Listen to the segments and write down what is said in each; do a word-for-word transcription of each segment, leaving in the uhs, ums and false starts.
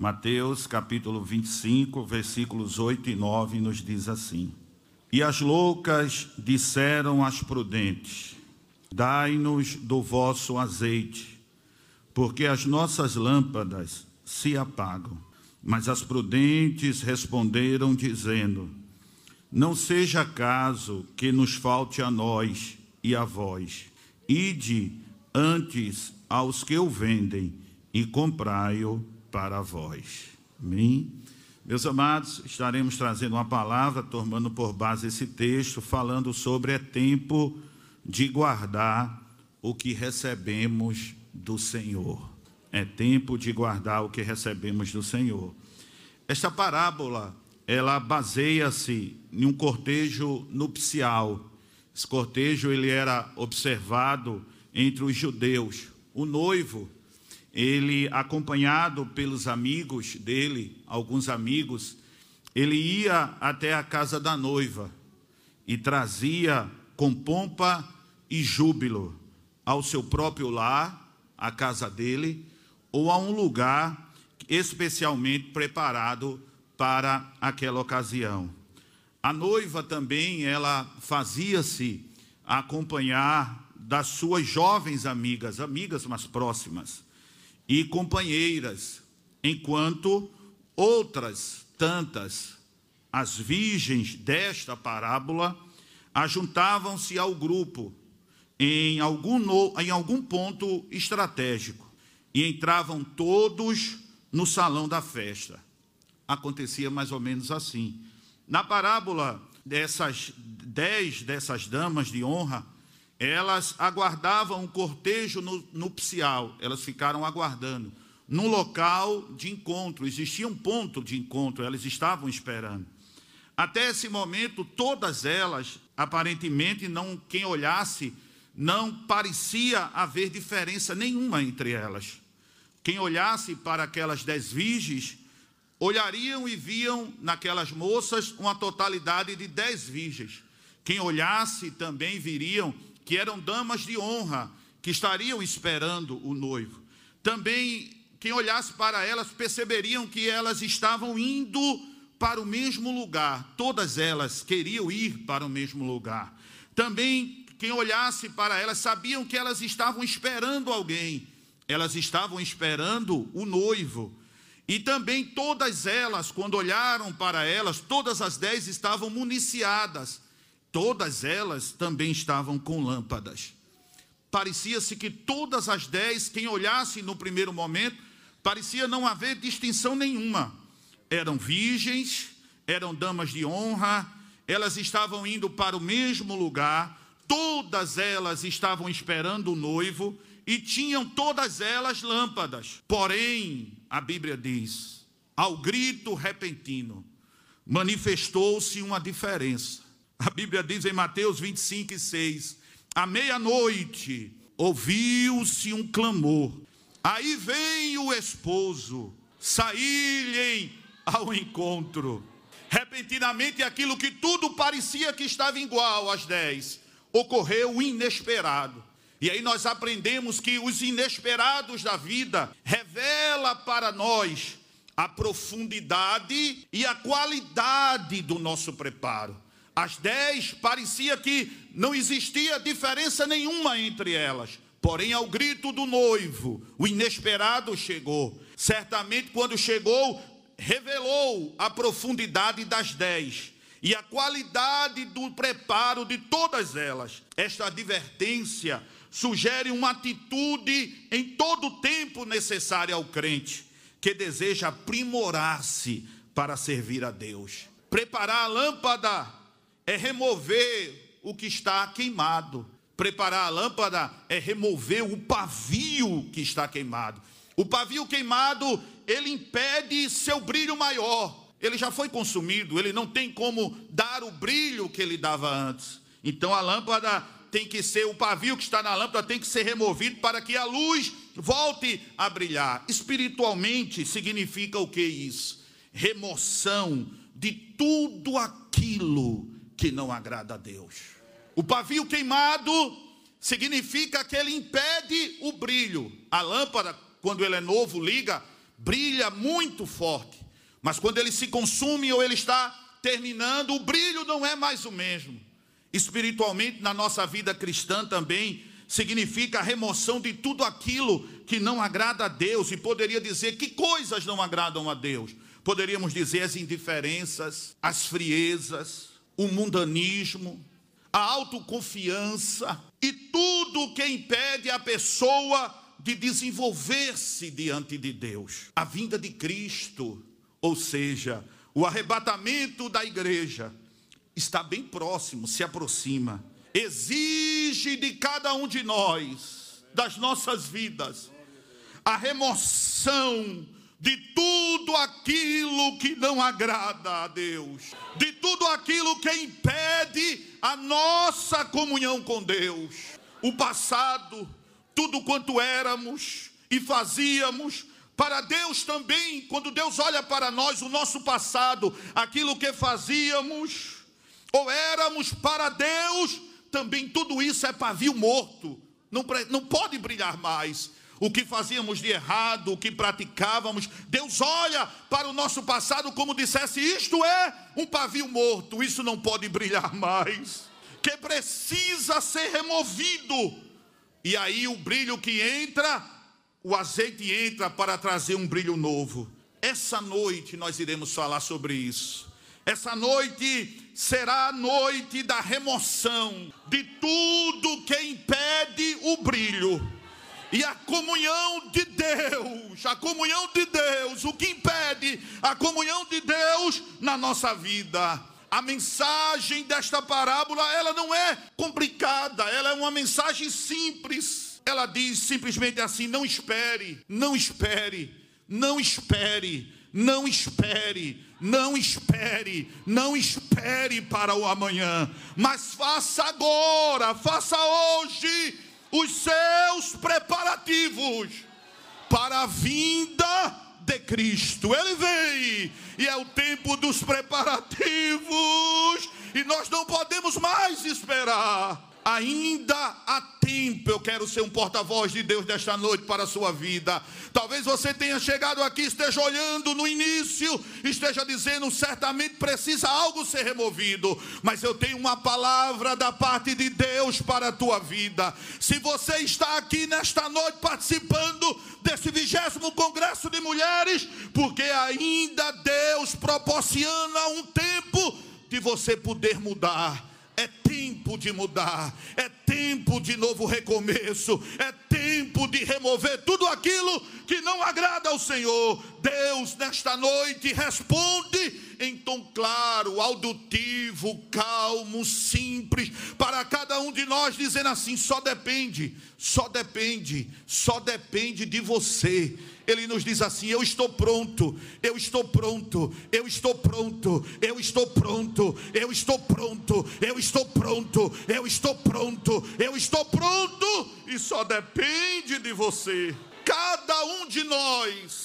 Mateus capítulo vinte e cinco, versículos oito e nove, nos diz assim: E as loucas disseram às prudentes: Dai-nos do vosso azeite, porque as nossas lâmpadas se apagam. Mas as prudentes responderam, dizendo: Não seja caso que nos falte a nós e a vós. Ide antes aos que o vendem e comprai-o para vós. Amém? Meus amados, estaremos trazendo uma palavra, tomando por base esse texto, falando sobre é tempo de guardar o que recebemos do Senhor. É tempo de guardar o que recebemos do Senhor. Esta parábola, ela baseia-se em um cortejo nupcial. Esse cortejo ele era observado entre os judeus. O noivo, ele acompanhado pelos amigos dele, alguns amigos, ele ia até a casa da noiva e trazia com pompa e júbilo ao seu próprio lar, à casa dele, ou a um lugar especialmente preparado para aquela ocasião. A noiva também, ela fazia-se acompanhar das suas jovens amigas, amigas mais próximas e companheiras, enquanto outras tantas, as virgens desta parábola, ajuntavam-se ao grupo em algum, no, em algum ponto estratégico e entravam todos no salão da festa. Acontecia mais ou menos assim. Na parábola, dessas dez dessas damas de honra, elas aguardavam um cortejo nupcial, elas ficaram aguardando num local de encontro, existia um ponto de encontro, elas estavam esperando. Até esse momento, todas elas, aparentemente, não, quem olhasse, não parecia haver diferença nenhuma entre elas. Quem olhasse para aquelas dez virgens, olhariam e viam naquelas moças uma totalidade de dez virgens. Quem olhasse também viriam que eram damas de honra, que estariam esperando o noivo. Também, quem olhasse para elas, perceberiam que elas estavam indo para o mesmo lugar. Todas elas queriam ir para o mesmo lugar. Também, quem olhasse para elas, sabiam que elas estavam esperando alguém. Elas estavam esperando o noivo. E também todas elas, quando olharam para elas, todas as dez estavam municiadas. Todas elas também estavam com lâmpadas. Parecia-se que todas as dez, quem olhasse no primeiro momento, parecia não haver distinção nenhuma. Eram virgens, eram damas de honra, elas estavam indo para o mesmo lugar, todas elas estavam esperando o noivo e tinham todas elas lâmpadas. Porém, a Bíblia diz, ao grito repentino, manifestou-se uma diferença. A Bíblia diz em Mateus vinte e cinco, seis, à meia-noite ouviu-se um clamor. Aí vem o esposo, saí-lhe ao encontro. Repentinamente, aquilo que tudo parecia que estava igual às dez, ocorreu o inesperado. E aí nós aprendemos que os inesperados da vida revela para nós a profundidade e a qualidade do nosso preparo. As dez parecia que não existia diferença nenhuma entre elas. Porém, ao grito do noivo, o inesperado chegou. Certamente, quando chegou, revelou a profundidade das dez e a qualidade do preparo de todas elas. Esta advertência sugere uma atitude em todo o tempo necessária ao crente, que deseja aprimorar-se para servir a Deus. Preparar a lâmpada é remover o que está queimado. Preparar a lâmpada é remover o pavio que está queimado. O pavio queimado, ele impede seu brilho maior. Ele já foi consumido, ele não tem como dar o brilho que ele dava antes. Então a lâmpada tem que ser, o pavio que está na lâmpada tem que ser removido para que a luz volte a brilhar. Espiritualmente significa o que isso? Remoção de tudo aquilo que não agrada a Deus. O pavio queimado significa que ele impede o brilho. A lâmpada, quando ele é novo, liga, brilha muito forte, mas quando ele se consome ou ele está terminando, o brilho não é mais o mesmo. Espiritualmente, na nossa vida cristã também, significa a remoção de tudo aquilo que não agrada a Deus. E poderia dizer que coisas não agradam a Deus. Poderíamos dizer as indiferenças, as friezas, o mundanismo, a autoconfiança e tudo que impede a pessoa de desenvolver-se diante de Deus. A vinda de Cristo, ou seja, o arrebatamento da igreja, está bem próximo, se aproxima. Exige de cada um de nós, das nossas vidas, a remoção de tudo aquilo que não agrada a Deus, de tudo aquilo que impede a nossa comunhão com Deus. O passado, tudo quanto éramos e fazíamos, para Deus também, quando Deus olha para nós, o nosso passado, aquilo que fazíamos ou éramos para Deus, também tudo isso é pavio morto, não, não pode brilhar mais. O que fazíamos de errado, o que praticávamos, Deus olha para o nosso passado como dissesse, isto é um pavio morto, isso não pode brilhar mais, que precisa ser removido. E aí o brilho que entra, o azeite entra para trazer um brilho novo. Essa noite nós iremos falar sobre isso. Essa noite será a noite da remoção de tudo que impede o brilho. E a comunhão de Deus, a comunhão de Deus, o que impede a comunhão de Deus na nossa vida. A mensagem desta parábola, ela não é complicada, ela é uma mensagem simples. Ela diz simplesmente assim, não espere, não espere, não espere, não espere, não espere, não espere para o amanhã, mas faça agora, faça hoje os seus preparativos para a vinda de Cristo. Ele vem e é o tempo dos preparativos e nós não podemos mais esperar. Ainda há tempo. Eu quero ser um porta-voz de Deus desta noite para a sua vida. Talvez você tenha chegado aqui, esteja olhando no início, esteja dizendo, certamente precisa algo ser removido, mas eu tenho uma palavra da parte de Deus para a tua vida. Se você está aqui nesta noite participando desse vigésimo congresso de mulheres, porque ainda Deus proporciona um tempo de você poder mudar. É tempo de mudar, é tempo de novo recomeço, é tempo de remover tudo aquilo que não agrada ao Senhor. Deus nesta noite responde em tom claro, auditivo, calmo, simples, para cada um de nós, dizendo assim, só depende, só depende, só depende de você. Ele nos diz assim, eu estou pronto, eu estou pronto, eu estou pronto, eu estou pronto, eu estou pronto, eu estou pronto, eu estou pronto, eu estou pronto, e só depende de você. Cada um de nós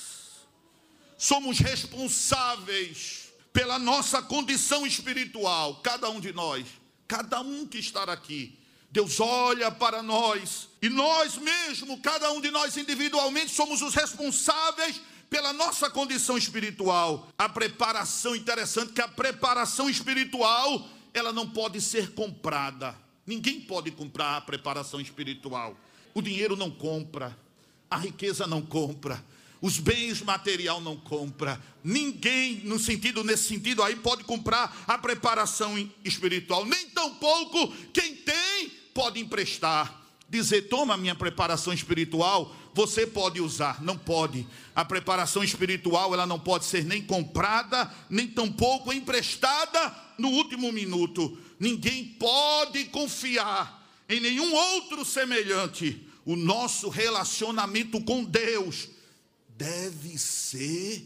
somos responsáveis pela nossa condição espiritual, cada um de nós, cada um que está aqui. Deus olha para nós e nós mesmos, cada um de nós individualmente, somos os responsáveis pela nossa condição espiritual. A preparação, interessante que a preparação espiritual, ela não pode ser comprada. Ninguém pode comprar a preparação espiritual. O dinheiro não compra, a riqueza não compra, os bens material não compra. Ninguém, no sentido, nesse sentido aí, pode comprar a preparação espiritual. Nem tampouco quem tem pode emprestar, dizer, toma a minha preparação espiritual, você pode usar. Não pode. A preparação espiritual, ela não pode ser nem comprada, nem tampouco emprestada no último minuto. Ninguém pode confiar em nenhum outro semelhante. O nosso relacionamento com Deus deve ser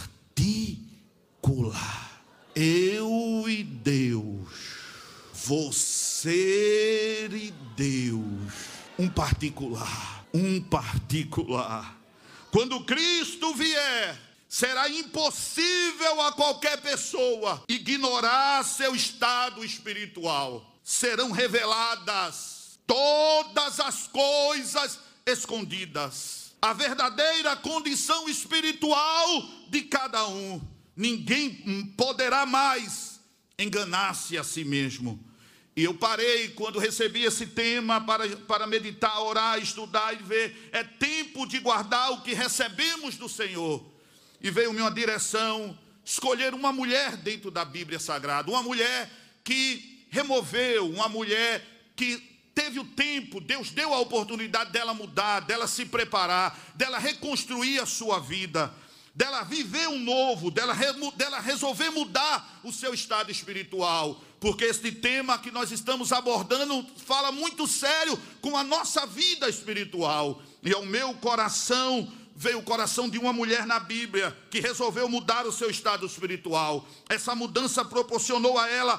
particular. Eu e Deus. Você e Deus, um particular, um particular. Quando Cristo vier, será impossível a qualquer pessoa ignorar seu estado espiritual. Serão reveladas todas as coisas escondidas. a verdadeira condição espiritual de cada um. Ninguém poderá mais enganar-se a si mesmo. E eu parei quando recebi esse tema para, para meditar, orar, estudar e ver. É tempo de guardar o que recebemos do Senhor. E veio-me uma direção, escolher uma mulher dentro da Bíblia Sagrada. Uma mulher que removeu, uma mulher que teve o tempo, Deus deu a oportunidade dela mudar, dela se preparar, dela reconstruir a sua vida, dela viver um novo, dela, dela resolver mudar o seu estado espiritual. Porque este tema que nós estamos abordando fala muito sério com a nossa vida espiritual. E ao meu coração veio o coração de uma mulher na Bíblia que resolveu mudar o seu estado espiritual. Essa mudança proporcionou a ela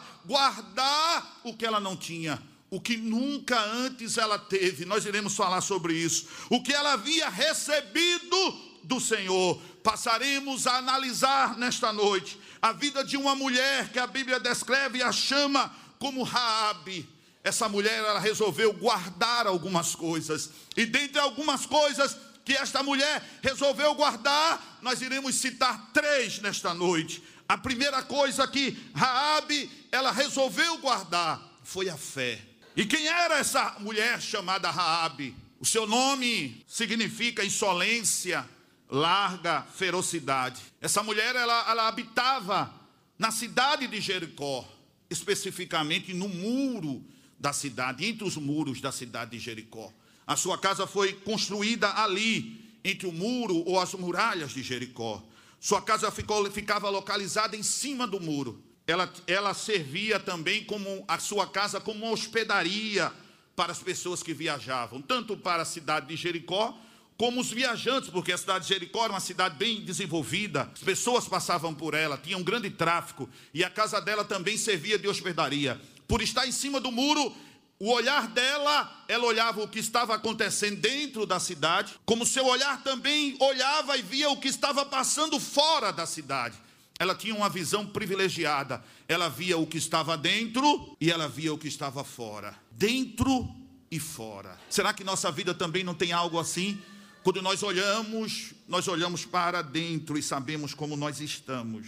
guardar o que ela não tinha, o que nunca antes ela teve. Nós iremos falar sobre isso. O que ela havia recebido do Senhor. Passaremos a analisar nesta noite a vida de uma mulher que a Bíblia descreve e a chama como Raabe. Essa mulher, ela resolveu guardar algumas coisas. E dentre algumas coisas que esta mulher resolveu guardar, nós iremos citar três nesta noite. A primeira coisa que Raabe, ela resolveu guardar foi a fé. E quem era essa mulher chamada Raabe? O seu nome significa insolência, larga, ferocidade. Essa mulher, ela, ela habitava na cidade de Jericó, especificamente no muro da cidade, entre os muros da cidade de Jericó. A sua casa foi construída ali, entre o muro ou as muralhas de Jericó. Sua casa ficou, ficava localizada em cima do muro. Ela, ela servia também como a sua casa como uma hospedaria para as pessoas que viajavam, tanto para a cidade de Jericó, como os viajantes, porque a cidade de Jericó era uma cidade bem desenvolvida, as pessoas passavam por ela, tinha um grande tráfico, e a casa dela também servia de hospedaria. Por estar em cima do muro, o olhar dela, ela olhava o que estava acontecendo dentro da cidade, como seu olhar também olhava e via o que estava passando fora da cidade. Ela tinha uma visão privilegiada, ela via o que estava dentro e ela via o que estava fora, dentro e fora. Será que nossa vida também não tem algo assim? Quando nós olhamos, nós olhamos para dentro e sabemos como nós estamos.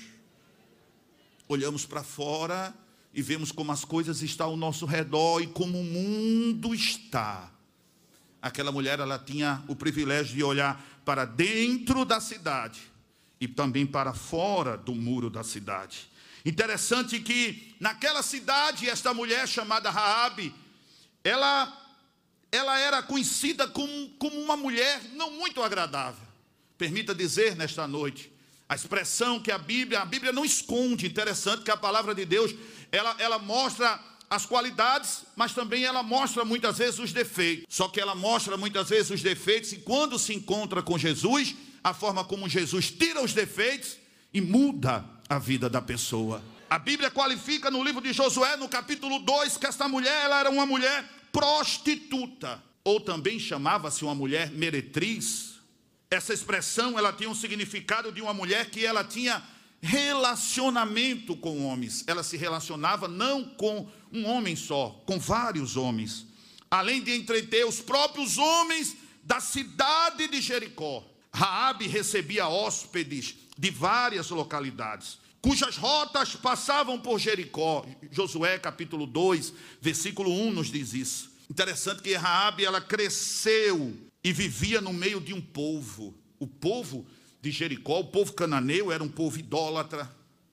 Olhamos para fora e vemos como as coisas estão ao nosso redor e como o mundo está. Aquela mulher, ela tinha o privilégio de olhar para dentro da cidade e também para fora do muro da cidade. Interessante que naquela cidade, esta mulher chamada Raabe, ela... ela era conhecida como, como uma mulher não muito agradável. Permita dizer nesta noite, a expressão que a Bíblia, a Bíblia não esconde, interessante que a palavra de Deus, ela, ela mostra as qualidades, mas também ela mostra muitas vezes os defeitos. Só que ela mostra muitas vezes os defeitos e quando se encontra com Jesus, a forma como Jesus tira os defeitos e muda a vida da pessoa. A Bíblia qualifica no livro de Josué, no capítulo dois, que esta mulher, ela era uma mulher prostituta, ou também chamava-se uma mulher meretriz. Essa expressão, ela tinha um significado de uma mulher que ela tinha relacionamento com homens. Ela se relacionava não com um homem só, com vários homens. Além de entreter os próprios homens da cidade de Jericó. Raabe recebia hóspedes de várias localidades, cujas rotas passavam por Jericó. Josué capítulo dois, versículo um nos diz isso. Interessante que Raabe, ela cresceu e vivia no meio de um povo. O povo de Jericó, o povo cananeu, era um povo idólatra,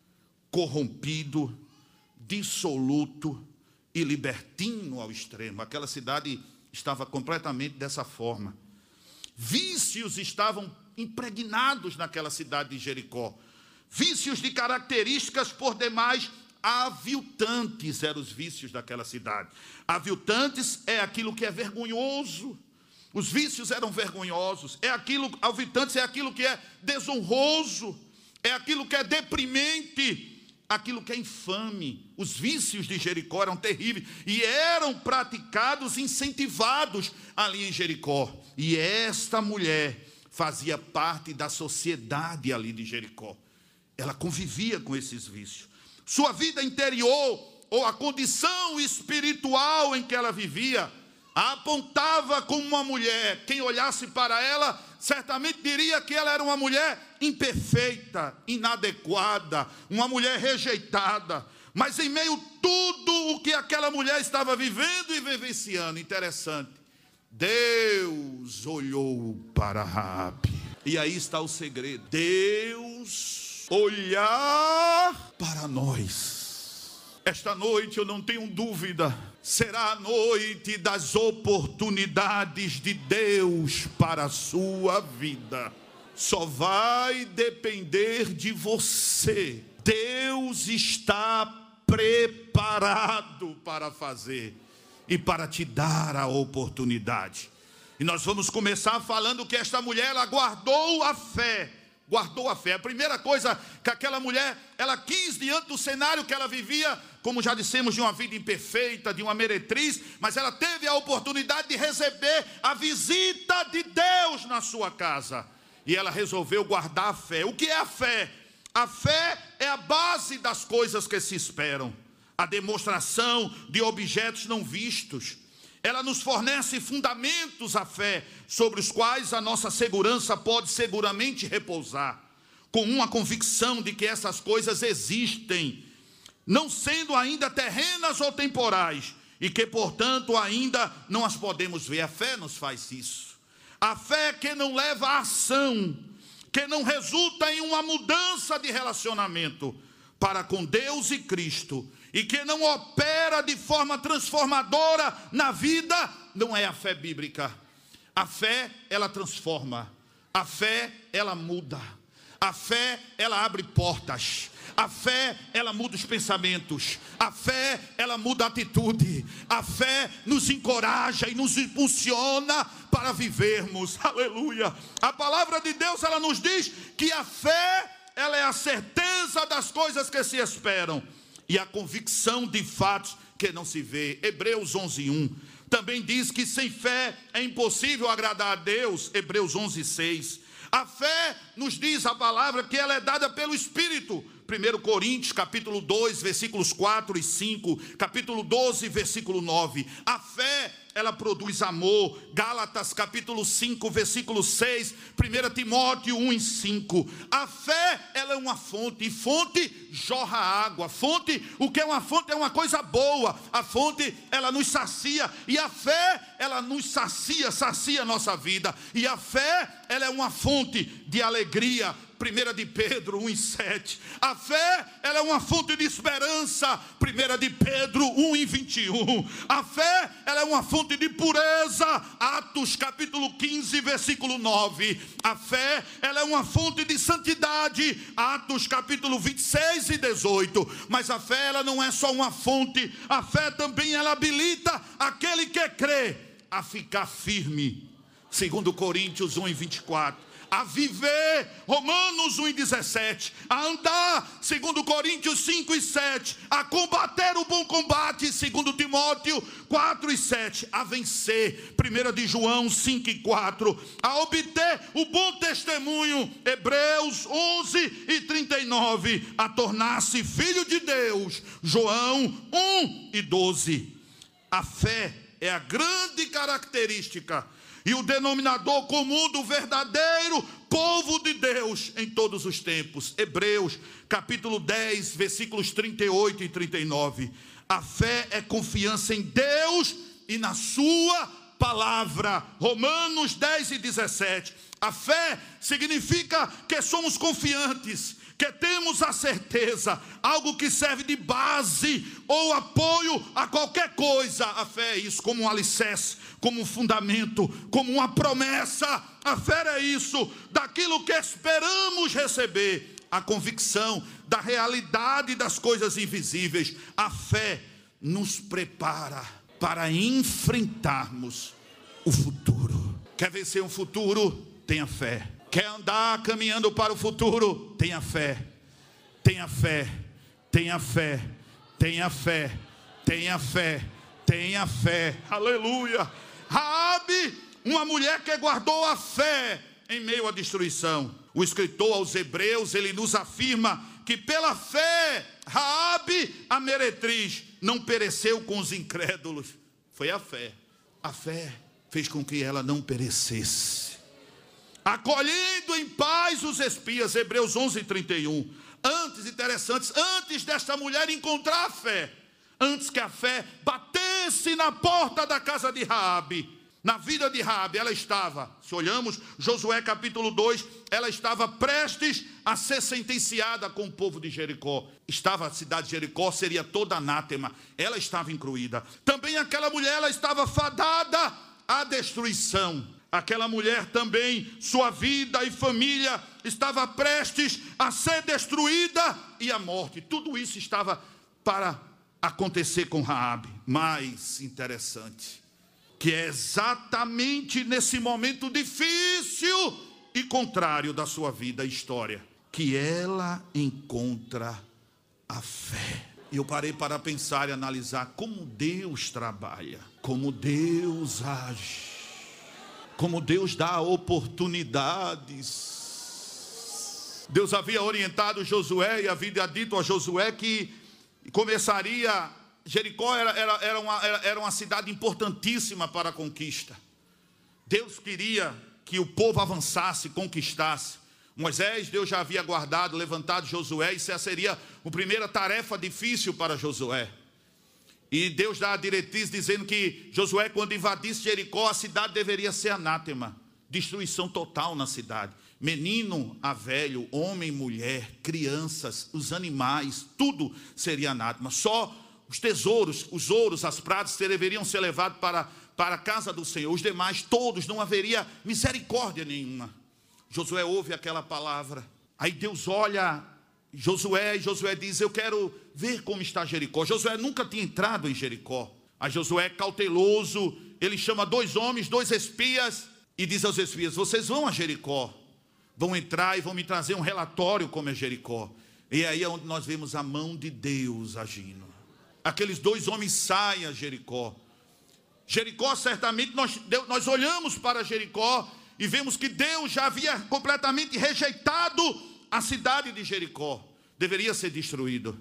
corrompido, dissoluto e libertino ao extremo. Aquela cidade estava completamente dessa forma. Vícios estavam impregnados naquela cidade de Jericó. Vícios de características por demais aviltantes eram os vícios daquela cidade. Aviltantes é aquilo que é vergonhoso. Os vícios eram vergonhosos. É aquilo, aviltantes é aquilo que é desonroso. É aquilo que é deprimente. Aquilo que é infame. Os vícios de Jericó eram terríveis e eram praticados, incentivados ali em Jericó. E esta mulher fazia parte da sociedade ali de Jericó. Ela convivia com esses vícios. Sua vida interior, ou a condição espiritual em que ela vivia, a apontava como uma mulher. Quem olhasse para ela certamente diria que ela era uma mulher imperfeita, inadequada, uma mulher rejeitada. Mas em meio a tudo o que aquela mulher estava vivendo e vivenciando, interessante, Deus olhou para Raabe. E aí está o segredo. Deus olhar para nós. Esta noite eu não tenho dúvida, será a noite das oportunidades de Deus para a sua vida. Só vai depender de você. Deus está preparado para fazer e para te dar a oportunidade. E nós vamos começar falando que esta mulher, ela guardou a fé. Guardou a fé. A primeira coisa que aquela mulher, ela quis diante do cenário que ela vivia, como já dissemos, de uma vida imperfeita, de uma meretriz, mas ela teve a oportunidade de receber a visita de Deus na sua casa. E ela resolveu guardar a fé. O que é a fé? A fé é a base das coisas que se esperam, a demonstração de objetos não vistos. Ela nos fornece fundamentos à fé, sobre os quais a nossa segurança pode seguramente repousar, com uma convicção de que essas coisas existem, não sendo ainda terrenas ou temporais, e que, portanto, ainda não as podemos ver. A fé nos faz isso. A fé que não leva à ação, que não resulta em uma mudança de relacionamento para com Deus e Cristo, e que não opera de forma transformadora na vida, não é a fé bíblica. A fé, ela transforma. A fé, ela muda. A fé, ela abre portas. A fé, ela muda os pensamentos. A fé, ela muda a atitude. A fé nos encoraja e nos impulsiona para vivermos. Aleluia. A palavra de Deus, ela nos diz que a fé, ela é a certeza das coisas que se esperam e a convicção de fatos que não se vê. Hebreus onze, um. Também diz que sem fé é impossível agradar a Deus. Hebreus onze, seis. A fé nos diz a palavra que ela é dada pelo Espírito. primeiro Coríntios, capítulo dois, versículos quatro e cinco. Capítulo doze, versículo nove. A fé, ela produz amor. Gálatas, capítulo cinco, versículo seis. primeiro Timóteo um e cinco. A fé, ela é uma fonte. E fonte jorra água. Fonte, o que é uma fonte? É uma coisa boa. A fonte, ela nos sacia. E a fé, ela nos sacia, sacia a nossa vida. E a fé, ela é uma fonte de alegria. primeiro de Pedro um e sete. A fé, ela é uma fonte de esperança. primeiro de Pedro um e vinte e um. A fé, ela é uma fonte de pureza. Atos capítulo quinze, versículo nove. A fé, ela é uma fonte de santidade. Atos capítulo vinte e seis e dezoito. Mas a fé, ela não é só uma fonte. A fé também, ela habilita aquele que crê a ficar firme. segundo Coríntios um e vinte e quatro. A viver, Romanos um e dezessete, a andar, segundo Coríntios cinco e sete, a combater o bom combate, segundo Timóteo quatro e sete, a vencer, primeiro de João cinco e quatro, a obter o bom testemunho, Hebreus onze e trinta e nove, a tornar-se filho de Deus, João um e doze. A fé é a grande característica e o denominador comum do verdadeiro povo de Deus em todos os tempos. Hebreus, capítulo dez, versículos trinta e oito e trinta e nove. A fé é confiança em Deus e na sua palavra. Romanos dez e dezessete. A fé significa que somos confiantes, que temos a certeza, algo que serve de base ou apoio a qualquer coisa. A fé é isso, como um alicerce, como um fundamento, como uma promessa. A fé é isso, daquilo que esperamos receber, a convicção da realidade das coisas invisíveis. A fé nos prepara para enfrentarmos o futuro. Quer vencer um futuro? Tenha fé. Quer andar caminhando para o futuro? Tenha fé, tenha fé, tenha fé, tenha fé, tenha fé, tenha fé, aleluia. Raabe, uma mulher que guardou a fé em meio à destruição. O escritor aos Hebreus, ele nos afirma que pela fé, Raabe, a meretriz, não pereceu com os incrédulos. Foi a fé. A fé fez com que ela não perecesse. acolhendo em paz os espias. Hebreus onze, trinta e um. Antes, interessantes, antes desta mulher encontrar a fé, antes que a fé batesse na porta da casa de Raabe, na vida de Raabe, ela estava, se olhamos Josué capítulo dois, ela estava prestes a ser sentenciada com o povo de Jericó. Estava a cidade de Jericó, seria toda anátema, ela estava incluída. Também aquela mulher, ela estava fadada à destruição. Aquela mulher também, sua vida e família estava prestes a ser destruída e a morte. Tudo isso estava para acontecer com Raabe. Mais interessante, que é exatamente nesse momento difícil e contrário da sua vida e história, que ela encontra a fé. E eu parei para pensar e analisar como Deus trabalha, como Deus age, como Deus dá oportunidades. Deus havia orientado Josué e havia dito a Josué que começaria... Jericó era, era, era, uma, era, era uma cidade importantíssima para a conquista. Deus queria que o povo avançasse, conquistasse. Moisés, Deus já havia guardado, levantado Josué, e essa seria a primeira tarefa difícil para Josué. E Deus dá a diretriz dizendo que Josué, quando invadisse Jericó, a cidade deveria ser anátema. Destruição total na cidade. Menino a velho, homem, mulher, crianças, os animais, tudo seria anátema. Só os tesouros, os ouros, as pratas deveriam ser levados para, para a casa do Senhor. Os demais, todos, não haveria misericórdia nenhuma. Josué ouve aquela palavra. Aí Deus olha Josué, e Josué diz: eu quero ver como está Jericó. Josué nunca tinha entrado em Jericó. Aí Josué, cauteloso, ele chama dois homens, dois espias, e diz aos espias: vocês vão a Jericó, vão entrar e vão me trazer um relatório como é Jericó. E aí é onde nós vemos a mão de Deus agindo. Aqueles dois homens saem a Jericó. Jericó, certamente, nós, nós olhamos para Jericó e vemos que Deus já havia completamente rejeitado a cidade de Jericó. Deveria ser destruído.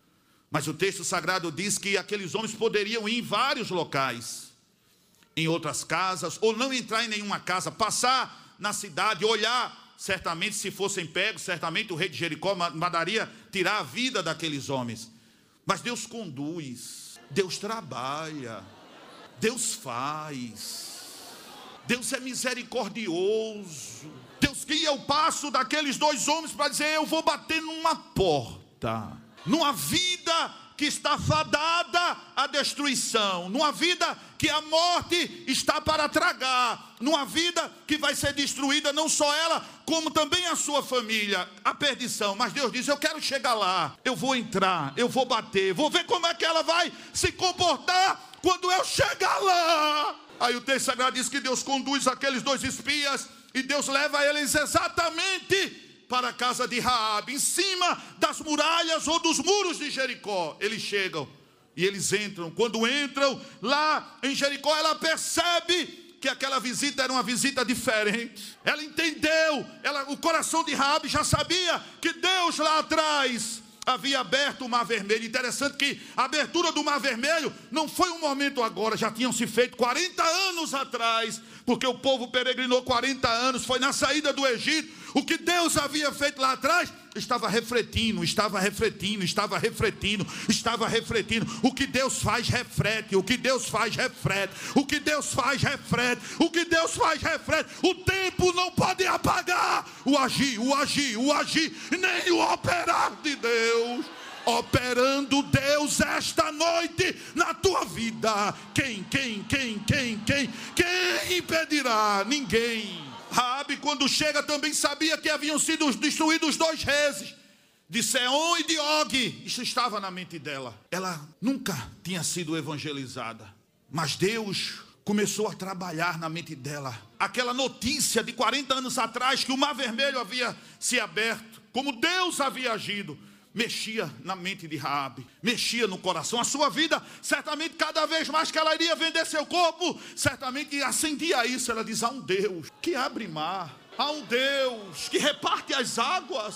Mas o texto sagrado diz que aqueles homens poderiam ir em vários locais, em outras casas, ou não entrar em nenhuma casa, passar na cidade, olhar. Certamente, se fossem pegos, certamente o rei de Jericó mandaria tirar a vida daqueles homens. Mas Deus conduz, Deus trabalha, Deus faz, Deus é misericordioso. Deus guia o passo daqueles dois homens para dizer: eu vou bater numa porta, numa vida que está fadada à destruição, numa vida que a morte está para tragar, numa vida que vai ser destruída, não só ela, como também a sua família, a perdição. Mas Deus diz: eu quero chegar lá, eu vou entrar, eu vou bater, vou ver como é que ela vai se comportar quando eu chegar lá. Aí o texto sagrado diz que Deus conduz aqueles dois espias e Deus leva eles exatamente para a casa de Raabe, em cima das muralhas ou dos muros de Jericó. Eles chegam e eles entram. Quando entram lá em Jericó, ela percebe que aquela visita era uma visita diferente. Ela entendeu, ela, o coração de Raabe já sabia que Deus lá atrás havia aberto o Mar Vermelho. Interessante que a abertura do Mar Vermelho não foi um momento agora, já tinham se feito quarenta anos atrás, porque o povo peregrinou quarenta anos, foi na saída do Egito. O que Deus havia feito lá atrás estava refletindo, estava refletindo, estava refletindo, estava refletindo. O que Deus faz, reflete. O que Deus faz, reflete. O que Deus faz, reflete. O que Deus faz, reflete. O tempo não pode apagar o agir, o agir, o agir, nem o operar de Deus. Operando Deus esta noite na tua vida. Quem, quem, quem, quem, quem, quem impedirá? Ninguém. Raabe, quando chega, também sabia que haviam sido destruídos dois reis, de Seom e de Og. Isso estava na mente dela. Ela nunca tinha sido evangelizada, mas Deus começou a trabalhar na mente dela. Aquela notícia de quarenta anos atrás, que o Mar Vermelho havia se aberto, como Deus havia agido, mexia na mente de Raabe, mexia no coração. A sua vida, certamente, cada vez mais que ela iria vender seu corpo, certamente acendia isso. Ela diz: há um Deus que abre mar, há um Deus que reparte as águas,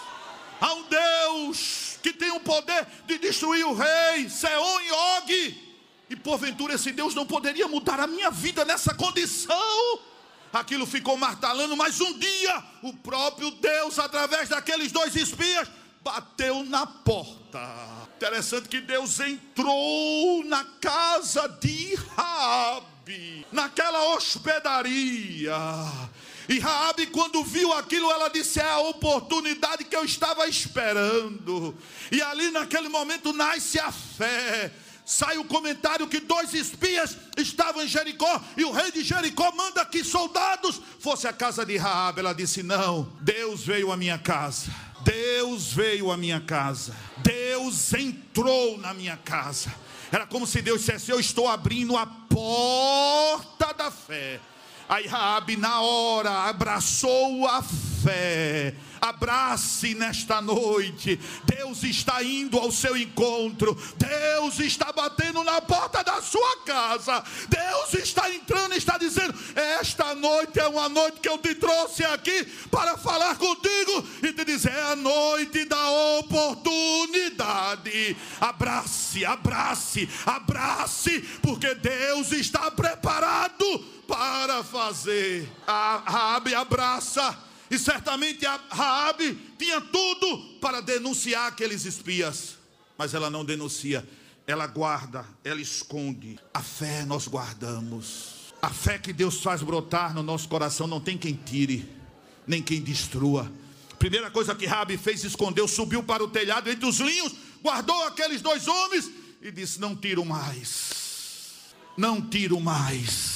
há um Deus que tem o poder de destruir o rei Seom e Og. E porventura esse Deus não poderia mudar a minha vida nessa condição? aquilo ficou martelando, mas um dia o próprio Deus, através daqueles dois espias, bateu na porta. Interessante que Deus entrou na casa de Raabe, naquela hospedaria. E Raabe, quando viu aquilo, ela disse: é a oportunidade que eu estava esperando. E ali naquele momento nasce a fé. Sai o comentário que dois espias estavam em Jericó, e o rei de Jericó manda que soldados fossem à casa de Raabe. Ela disse: não, Deus veio à minha casa. Deus veio à minha casa. Deus entrou na minha casa. Era como se Deus dissesse: eu estou abrindo a porta da fé. Aí Raabe na hora abraçou a fé. Abrace nesta noite. Deus está indo ao seu encontro. Deus está batendo na porta da sua casa. Deus está entrando e está dizendo: esta noite é uma noite que eu te trouxe aqui para falar contigo e te dizer: é a noite da oportunidade. Abrace, abrace, abrace, porque Deus está preparado para fazer. A Raabe abraça. E certamente a Raabe tinha tudo para denunciar aqueles espias, mas ela não denuncia, ela guarda, ela esconde. A fé nós guardamos. A fé que Deus faz brotar no nosso coração não tem quem tire, nem quem destrua. Primeira coisa que Raabe fez, escondeu, subiu para o telhado entre os linhos, guardou aqueles dois homens e disse: não tiro mais, não tiro mais.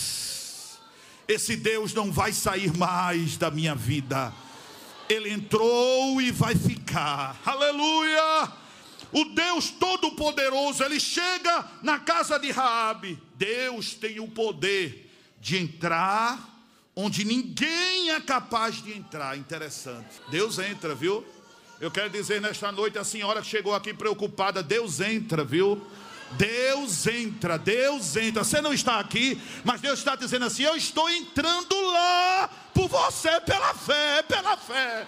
Esse Deus não vai sair mais da minha vida. Ele entrou e vai ficar. Aleluia! O Deus Todo-Poderoso, ele chega na casa de Raabe. Deus tem o poder de entrar onde ninguém é capaz de entrar. Interessante. Deus entra, viu? Eu quero dizer nesta noite, a senhora que chegou aqui preocupada, Deus entra, viu? Deus entra, Deus entra. Você não está aqui, mas Deus está dizendo assim: eu estou entrando lá por você, pela fé, pela fé.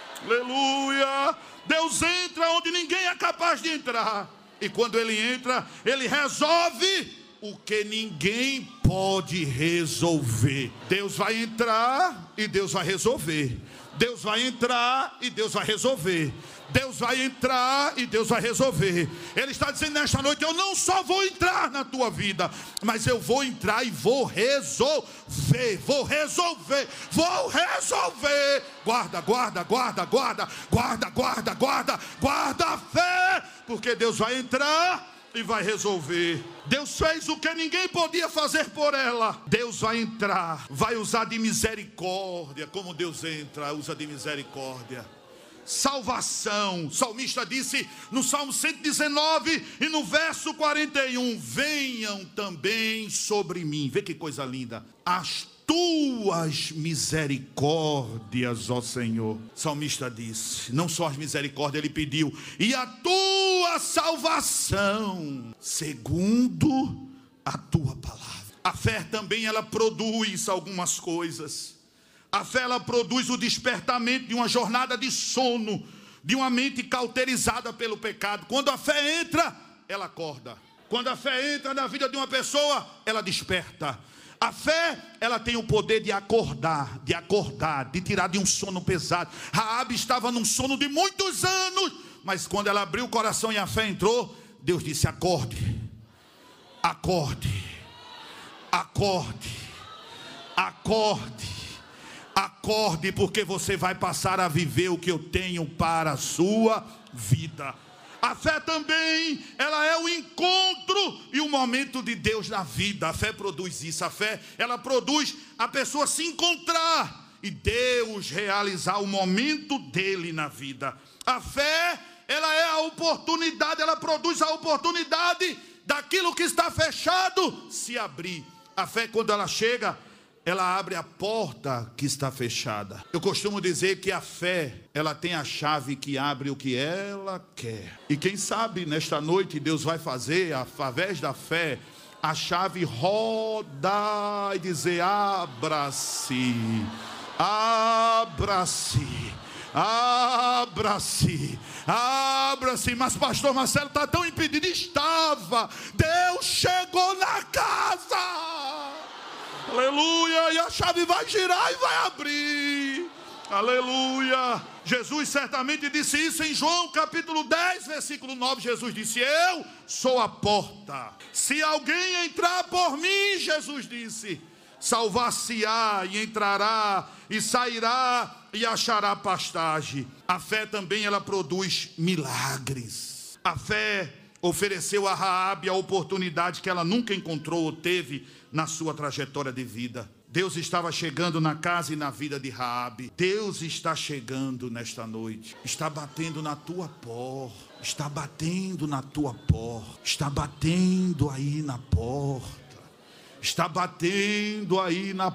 Aleluia. Deus entra onde ninguém é capaz de entrar. E quando Ele entra, Ele resolve o que ninguém pode resolver. Deus vai entrar e Deus vai resolver. Deus vai entrar e Deus vai resolver. Deus vai entrar e Deus vai resolver. Ele está dizendo nesta noite: eu não só vou entrar na tua vida, mas eu vou entrar e vou resolver. Vou resolver, vou resolver. Guarda, guarda, guarda, guarda, guarda, guarda, guarda, guarda a fé, porque Deus vai entrar e vai resolver. Deus fez o que ninguém podia fazer por ela. Deus vai entrar, vai usar de misericórdia. Como Deus entra, usa de misericórdia. Salvação. O salmista disse no Salmo cento e dezenove e no verso quarenta e um: venham também sobre mim. Vê que coisa linda. As tuas misericórdias, ó Senhor. O salmista disse, não só as misericórdias, ele pediu: e a tua salvação, segundo a tua palavra. A fé também, ela produz algumas coisas. A fé, ela produz o despertamento de uma jornada de sono, de uma mente cauterizada pelo pecado. Quando a fé entra, ela acorda. Quando a fé entra na vida de uma pessoa, ela desperta. A fé, ela tem o poder de acordar, de acordar, de tirar de um sono pesado. Raabe estava num sono de muitos anos, mas quando ela abriu o coração e a fé entrou, Deus disse: acorde, acorde, acorde, acorde. Acorde, porque você vai passar a viver o que eu tenho para a sua vida. A fé também, ela é o encontro e o momento de Deus na vida. A fé produz isso. A fé, ela produz a pessoa se encontrar e Deus realizar o momento dele na vida. A fé, ela é a oportunidade, ela produz a oportunidade daquilo que está fechado se abrir. A fé, quando ela chega, ela abre a porta que está fechada. Eu costumo dizer que a fé, ela tem a chave que abre o que ela quer. E quem sabe nesta noite Deus vai fazer, através da fé, a chave rodar e dizer: abra-se, abra-se, abra-se, abra-se. Mas pastor Marcelo está tão impedido. Estava. Deus chegou na casa. Aleluia. E a chave vai girar e vai abrir. Aleluia. Jesus certamente disse isso em João capítulo dez, versículo nove. Jesus disse: eu sou a porta. Se alguém entrar por mim, Jesus disse, salvar-se-á e entrará e sairá e achará pastagem. A fé também, ela produz milagres. A fé ofereceu a Raabe a oportunidade que ela nunca encontrou ou teve na sua trajetória de vida. Deus estava chegando na casa e na vida de Raabe. Deus está chegando nesta noite. Está batendo na tua porta. Está batendo na tua porta. Está batendo aí na porta. Está batendo aí na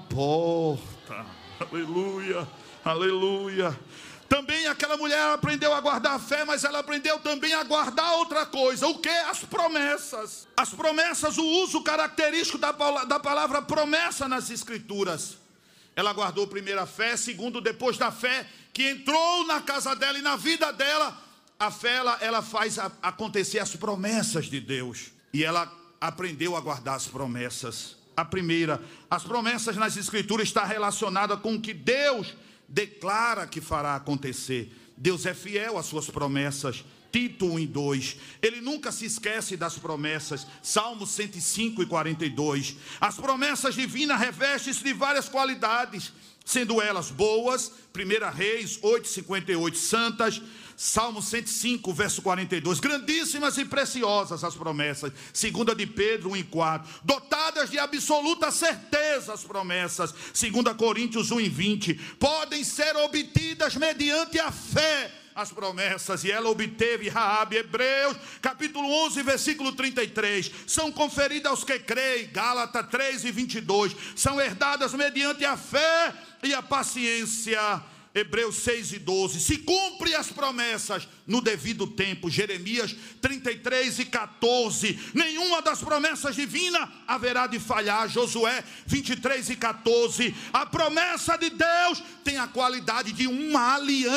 porta. Aleluia, aleluia. Também aquela mulher aprendeu a guardar a fé, mas ela aprendeu também a guardar outra coisa. O que? As promessas. As promessas, o uso característico da, da palavra promessa nas Escrituras. Ela guardou primeiro a fé, segundo, depois da fé, que entrou na casa dela e na vida dela, a fé, ela, ela faz a, acontecer as promessas de Deus. E ela aprendeu a guardar as promessas. A primeira, as promessas nas Escrituras está relacionada com o que Deus declara que fará acontecer. Deus é fiel às suas promessas. Tito um e dois. Ele nunca se esquece das promessas. Salmo cento e cinco e quarenta e dois. As promessas divinas revestem-se de várias qualidades, sendo elas boas. primeira Reis oito, cinquenta e oito. Santas. Salmo cento e cinco, verso quarenta e dois. Grandíssimas e preciosas as promessas. segunda de Pedro um e quatro. Dotadas de absoluta certeza as promessas. segunda Coríntios um e vinte. Podem ser obtidas mediante a fé as promessas, e ela obteve. Raabe. Hebreus capítulo onze, versículo trinta e três. São conferidas aos que creem. Gálatas três e vinte e dois. São herdadas mediante a fé e a paciência. Hebreus seis e doze. Se cumpre as promessas no devido tempo. Jeremias trinta e três e quatorze. Nenhuma das promessas divinas haverá de falhar. Josué vinte e três e quatorze. A promessa de Deus tem a qualidade de uma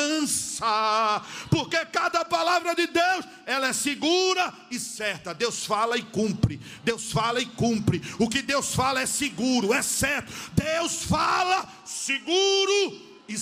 aliança, porque cada palavra de Deus, ela é segura e certa. Deus fala e cumpre. Deus fala e cumpre. O que Deus fala é seguro, é certo. Deus fala seguro e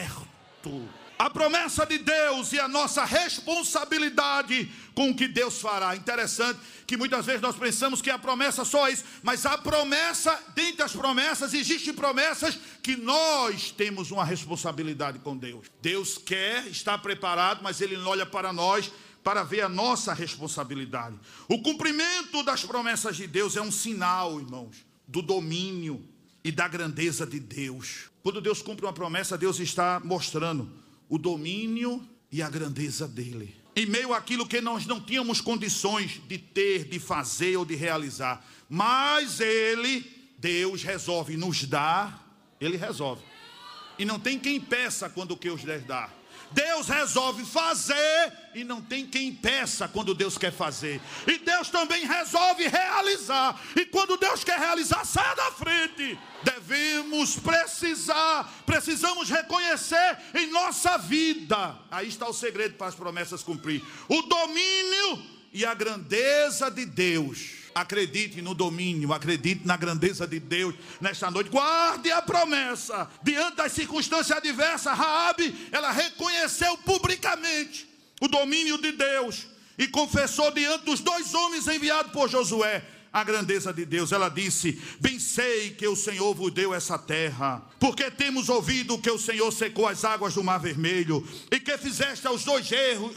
certo. A promessa de Deus e a nossa responsabilidade com o que Deus fará. Interessante que muitas vezes nós pensamos que a promessa só é isso, mas a promessa, dentre as promessas, existem promessas que nós temos uma responsabilidade com Deus. Deus quer estar preparado, mas Ele olha para nós para ver a nossa responsabilidade. O cumprimento das promessas de Deus é um sinal, irmãos, do domínio e da grandeza de Deus. Quando Deus cumpre uma promessa, Deus está mostrando o domínio e a grandeza dele. Em meio àquilo que nós não tínhamos condições de ter, de fazer ou de realizar. Mas Ele, Deus, resolve nos dar. Ele resolve. E não tem quem peça quando o que os Deus dá. Deus resolve fazer e não tem quem peça quando Deus quer fazer. E Deus também resolve realizar. E quando Deus quer realizar, sai da frente. Devemos precisar, precisamos reconhecer em nossa vida. Aí está o segredo para as promessas cumprir. O domínio e a grandeza de Deus. Acredite no domínio, acredite na grandeza de Deus nesta noite. Guarde a promessa. Diante das circunstâncias adversas, Raabe, ela reconheceu publicamente o domínio de Deus e confessou diante dos dois homens enviados por Josué a grandeza de Deus. Ela disse: bem sei que o Senhor vos deu essa terra, porque temos ouvido que o Senhor secou as águas do Mar Vermelho e que fizeste aos dois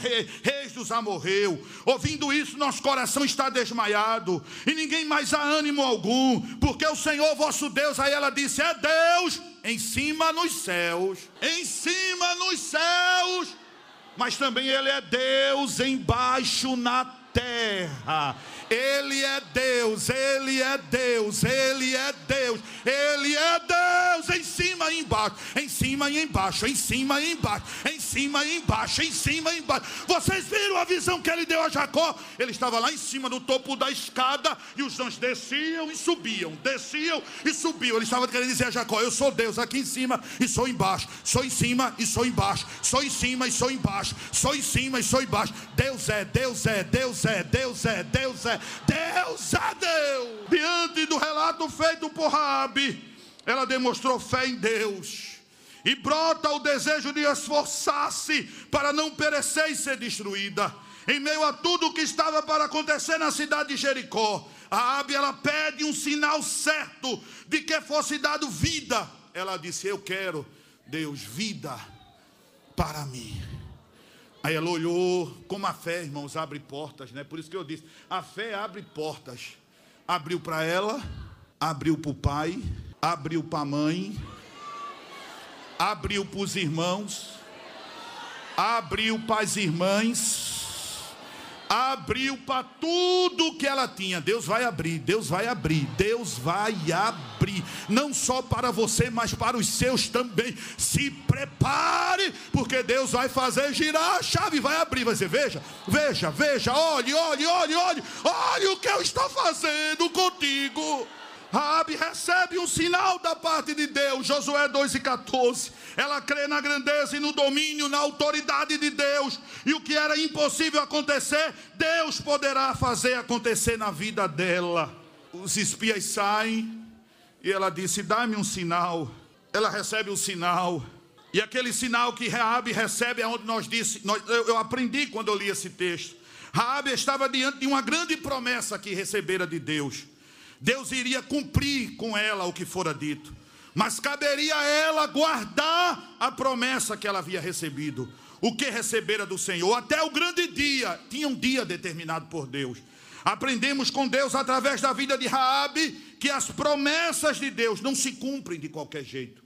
reis dos amorreus. Ouvindo isso, nosso coração está desmaiado e ninguém mais há ânimo algum, porque o Senhor vosso Deus, aí ela disse, é Deus em cima nos céus, em cima nos céus, mas também Ele é Deus embaixo na terra. Ele é Deus, Ele é Deus, Ele é Deus, Ele é Deus em cima e embaixo, em cima e embaixo, em cima e embaixo, em cima e embaixo, em cima e embaixo. Vocês viram a visão que Ele deu a Jacó? Ele estava lá em cima no topo da escada e os anjos desciam e subiam, desciam e subiam. Ele estava querendo dizer a Jacó: eu sou Deus aqui em cima e sou embaixo, sou em cima e sou embaixo, sou em cima e sou embaixo, sou em cima e sou embaixo. Deus é, Deus é, Deus é, Deus é, Deus é, Deus é Deus. Diante do relato feito por Raabe, ela demonstrou fé em Deus. E brota o desejo de esforçar-se para não perecer e ser destruída. Em meio a tudo o que estava para acontecer na cidade de Jericó, Raabe, ela pede um sinal certo de que fosse dado vida. Ela disse: eu quero, Deus, vida para mim. Aí ela olhou, como a fé, irmãos, abre portas, né? Por isso que eu disse, a fé abre portas. Abriu para ela, abriu para o pai, abriu para a mãe, abriu para os irmãos, abriu para as irmãs, abriu para tudo que ela tinha. Deus vai abrir, Deus vai abrir, Deus vai abrir, não só para você, mas para os seus também. Se prepare, porque Deus vai fazer girar a chave, vai abrir. Vai dizer: veja, veja, veja, olhe, olhe, olhe, olhe, olhe o que eu estou fazendo contigo. Raabe recebe um sinal da parte de Deus. Josué dois e quatorze. Ela crê na grandeza e no domínio, na autoridade de Deus. E o que era impossível acontecer, Deus poderá fazer acontecer na vida dela. Os espias saem e ela disse: dá-me um sinal. Ela recebe o sinal. E aquele sinal que Raabe recebe é onde nós disse, nós, eu, eu aprendi quando eu li esse texto. Raabe estava diante de uma grande promessa que recebera de Deus. Deus iria cumprir com ela o que fora dito, mas caberia a ela guardar a promessa que ela havia recebido, o que recebera do Senhor, até o grande dia. Tinha um dia determinado por Deus. Aprendemos com Deus, através da vida de Raabe, que as promessas de Deus não se cumprem de qualquer jeito.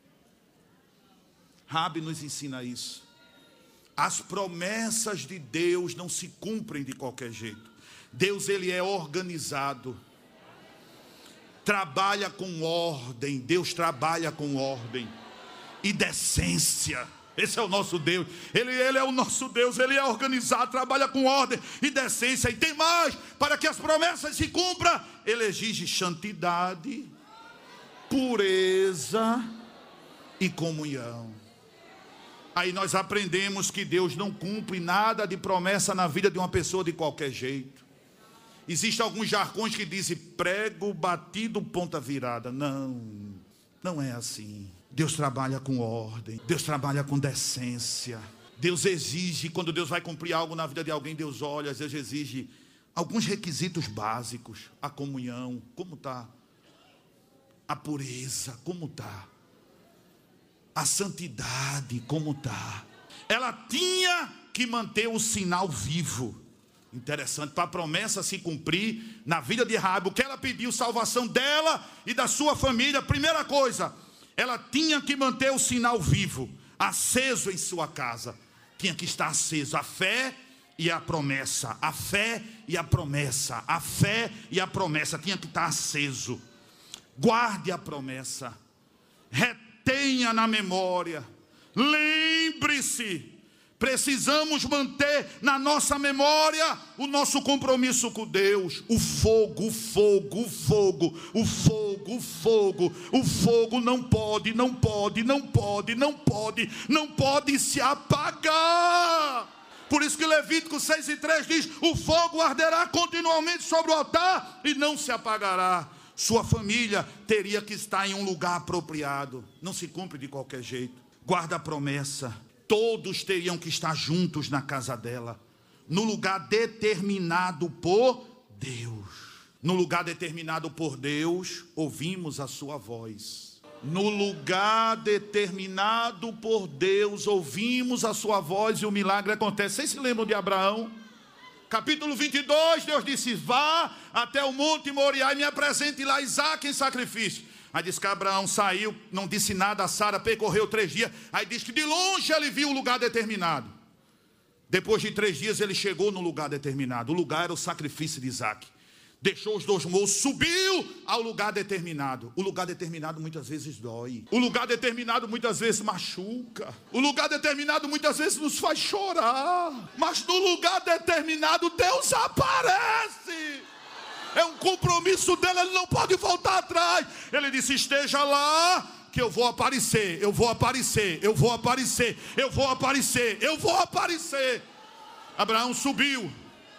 Raabe nos ensina isso. As promessas de Deus não se cumprem de qualquer jeito. Deus, ele é organizado, trabalha com ordem. Deus trabalha com ordem e decência. Esse é o nosso Deus. Ele, ele é o nosso Deus. Ele é organizado, trabalha com ordem e decência. E tem mais: para que as promessas se cumpram, ele exige santidade, pureza e comunhão. Aí nós aprendemos que Deus não cumpre nada de promessa na vida de uma pessoa de qualquer jeito. Existem alguns jargões que dizem prego batido, ponta virada. Não, não é assim. Deus trabalha com ordem, Deus trabalha com decência. Deus exige, quando Deus vai cumprir algo na vida de alguém, Deus olha, Deus exige alguns requisitos básicos. A comunhão, como está? A pureza, como está? A santidade, como está? Ela tinha que manter o sinal vivo. Interessante, para a promessa se cumprir na vida de Raabe, o que ela pediu, salvação dela e da sua família. Primeira coisa, ela tinha que manter o sinal vivo, aceso em sua casa. Tinha que estar aceso, a fé e a promessa, a fé e a promessa, a fé e a promessa, tinha que estar aceso. Guarde a promessa, retenha na memória, lembre-se. Precisamos manter na nossa memória o nosso compromisso com Deus. O fogo, o fogo, o fogo, o fogo, o fogo, o fogo não pode, não pode, não pode, não pode, não pode se apagar. Por isso que Levítico seis e três diz: o fogo arderá continuamente sobre o altar e não se apagará. Sua família teria que estar em um lugar apropriado. Não se cumpre de qualquer jeito. Guarda a promessa. Todos teriam que estar juntos na casa dela, no lugar determinado por Deus. No lugar determinado por Deus, ouvimos a sua voz. No lugar determinado por Deus, ouvimos a sua voz e o milagre acontece. Vocês se lembram de Abraão? Capítulo vinte e dois, Deus disse: vá até o monte Moriá e me apresente lá Isaque em sacrifício. Aí diz que Abraão saiu, não disse nada a Sara, percorreu três dias. Aí diz que de longe ele viu o lugar determinado. Depois de três dias ele chegou no lugar determinado. O lugar era o sacrifício de Isaque. Deixou os dois moços, subiu ao lugar determinado. O lugar determinado muitas vezes dói. O lugar determinado muitas vezes machuca. O lugar determinado muitas vezes nos faz chorar. Mas no lugar determinado Deus aparece. É um compromisso dele, ele não pode voltar atrás. Ele disse: esteja lá, que eu vou aparecer, eu vou aparecer, eu vou aparecer, eu vou aparecer, eu vou aparecer. Abraão subiu,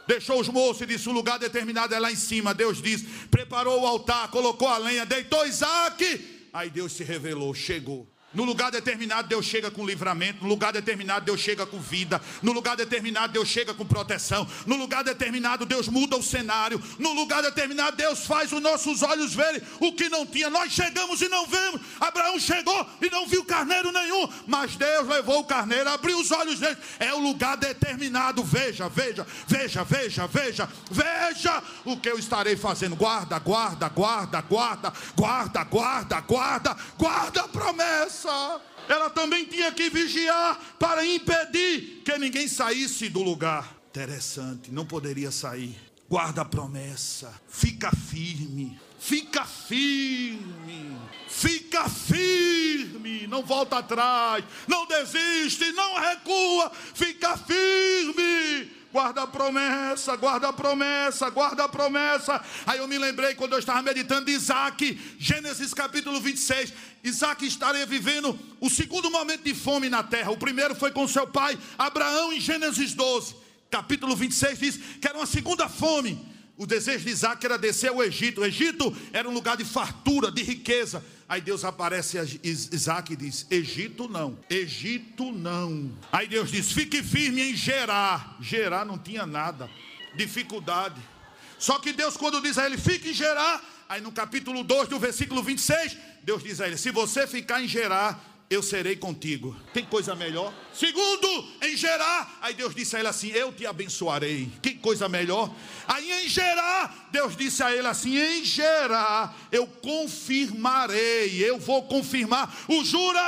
Deixou os moços e disse: o lugar determinado é lá em cima. Deus disse, preparou o altar, colocou a lenha, deitou Isaque. Aí Deus se revelou, chegou. No lugar determinado Deus chega com livramento. No lugar determinado Deus chega com vida. No lugar determinado Deus chega com proteção. No lugar determinado Deus muda o cenário. No lugar determinado Deus faz os nossos olhos verem o que não tinha. Nós chegamos e não vemos. Abraão chegou e não viu carneiro nenhum, mas Deus levou o carneiro, abriu os olhos dele. É o lugar determinado. Veja, veja, veja, veja, veja, veja o que eu estarei fazendo. Guarda, guarda, guarda, guarda, guarda, guarda, guarda, guarda a promessa. Ela também tinha que vigiar para impedir que ninguém saísse do lugar. Interessante, não poderia sair. Guarda a promessa, fica firme, fica firme, fica firme, não volta atrás, não desiste, não recua, fica firme. Guarda a promessa, guarda a promessa, guarda a promessa. Aí eu me lembrei quando eu estava meditando de Isaque, Gênesis capítulo vinte e seis. Isaque estaria vivendo o segundo momento de fome na terra. O primeiro foi com seu pai Abraão em Gênesis doze. Capítulo vinte e seis diz que era uma segunda fome. O desejo de Isaque era descer ao Egito. O Egito era um lugar de fartura, de riqueza. Aí Deus aparece a Isaque e diz: Egito não, Egito não. Aí Deus diz: fique firme em Gerar. Gerar não tinha nada, dificuldade. Só que Deus, quando diz a ele: fique em Gerar, aí no capítulo dois, do versículo vinte e seis, Deus diz a ele: se você ficar em Gerar, eu serei contigo. Tem coisa melhor? Segundo, em Gerar, aí Deus disse a ele assim: eu te abençoarei. Que coisa melhor? Aí em Gerar, Deus disse a ele assim: em Gerar, eu confirmarei, eu vou confirmar o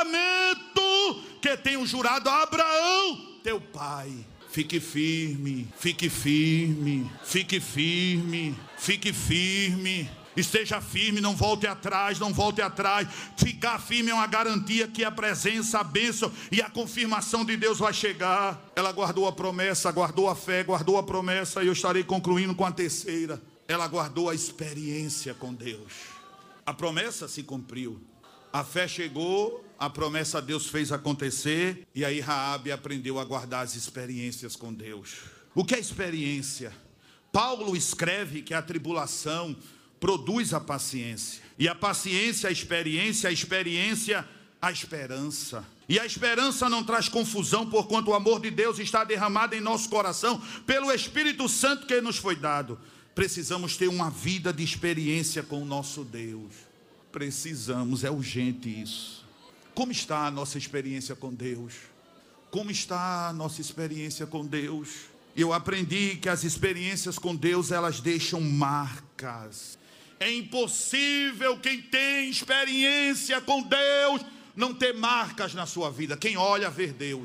juramento que tenho jurado a Abraão, teu pai. Fique firme, fique firme, fique firme, fique firme. Esteja firme, não volte atrás, não volte atrás. Ficar firme é uma garantia que a presença, a bênção e a confirmação de Deus vai chegar. Ela guardou a promessa, guardou a fé, guardou a promessa. E eu estarei concluindo com a terceira. Ela guardou a experiência com Deus. A promessa se cumpriu. A fé chegou, a promessa Deus fez acontecer. E aí Raabe aprendeu a guardar as experiências com Deus. O que é experiência? Paulo escreve que a tribulação produz a paciência. E a paciência, a experiência, a experiência, a esperança. E a esperança não traz confusão, porquanto o amor de Deus está derramado em nosso coração pelo Espírito Santo que nos foi dado. Precisamos ter uma vida de experiência com o nosso Deus. Precisamos, é urgente isso. Como está a nossa experiência com Deus? Como está a nossa experiência com Deus? Eu aprendi que as experiências com Deus, elas deixam marcas. É impossível quem tem experiência com Deus não ter marcas na sua vida. Quem olha, vê Deus.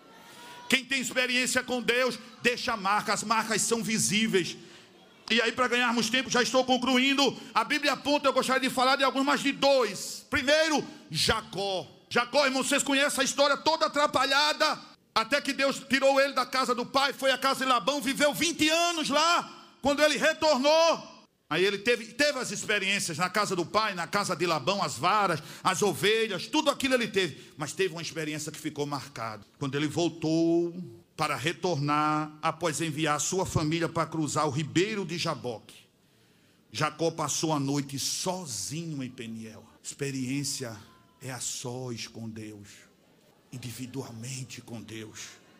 Quem tem experiência com Deus, deixa marcas. As marcas são visíveis. E aí, para ganharmos tempo, já estou concluindo. A Bíblia aponta, eu gostaria de falar de alguns, mais de dois. Primeiro, Jacó. Jacó, irmãos, vocês conhecem a história toda atrapalhada. Até que Deus tirou ele da casa do pai, foi à casa de Labão, viveu vinte anos lá. Quando ele retornou, aí ele teve, teve as experiências na casa do pai, na casa de Labão, as varas, as ovelhas, tudo aquilo ele teve. Mas teve uma experiência que ficou marcada. Quando ele voltou para retornar, após enviar a sua família para cruzar o ribeiro de Jaboque, Jacó passou a noite sozinho em Peniel. Experiência é a sós com Deus, individualmente com Deus.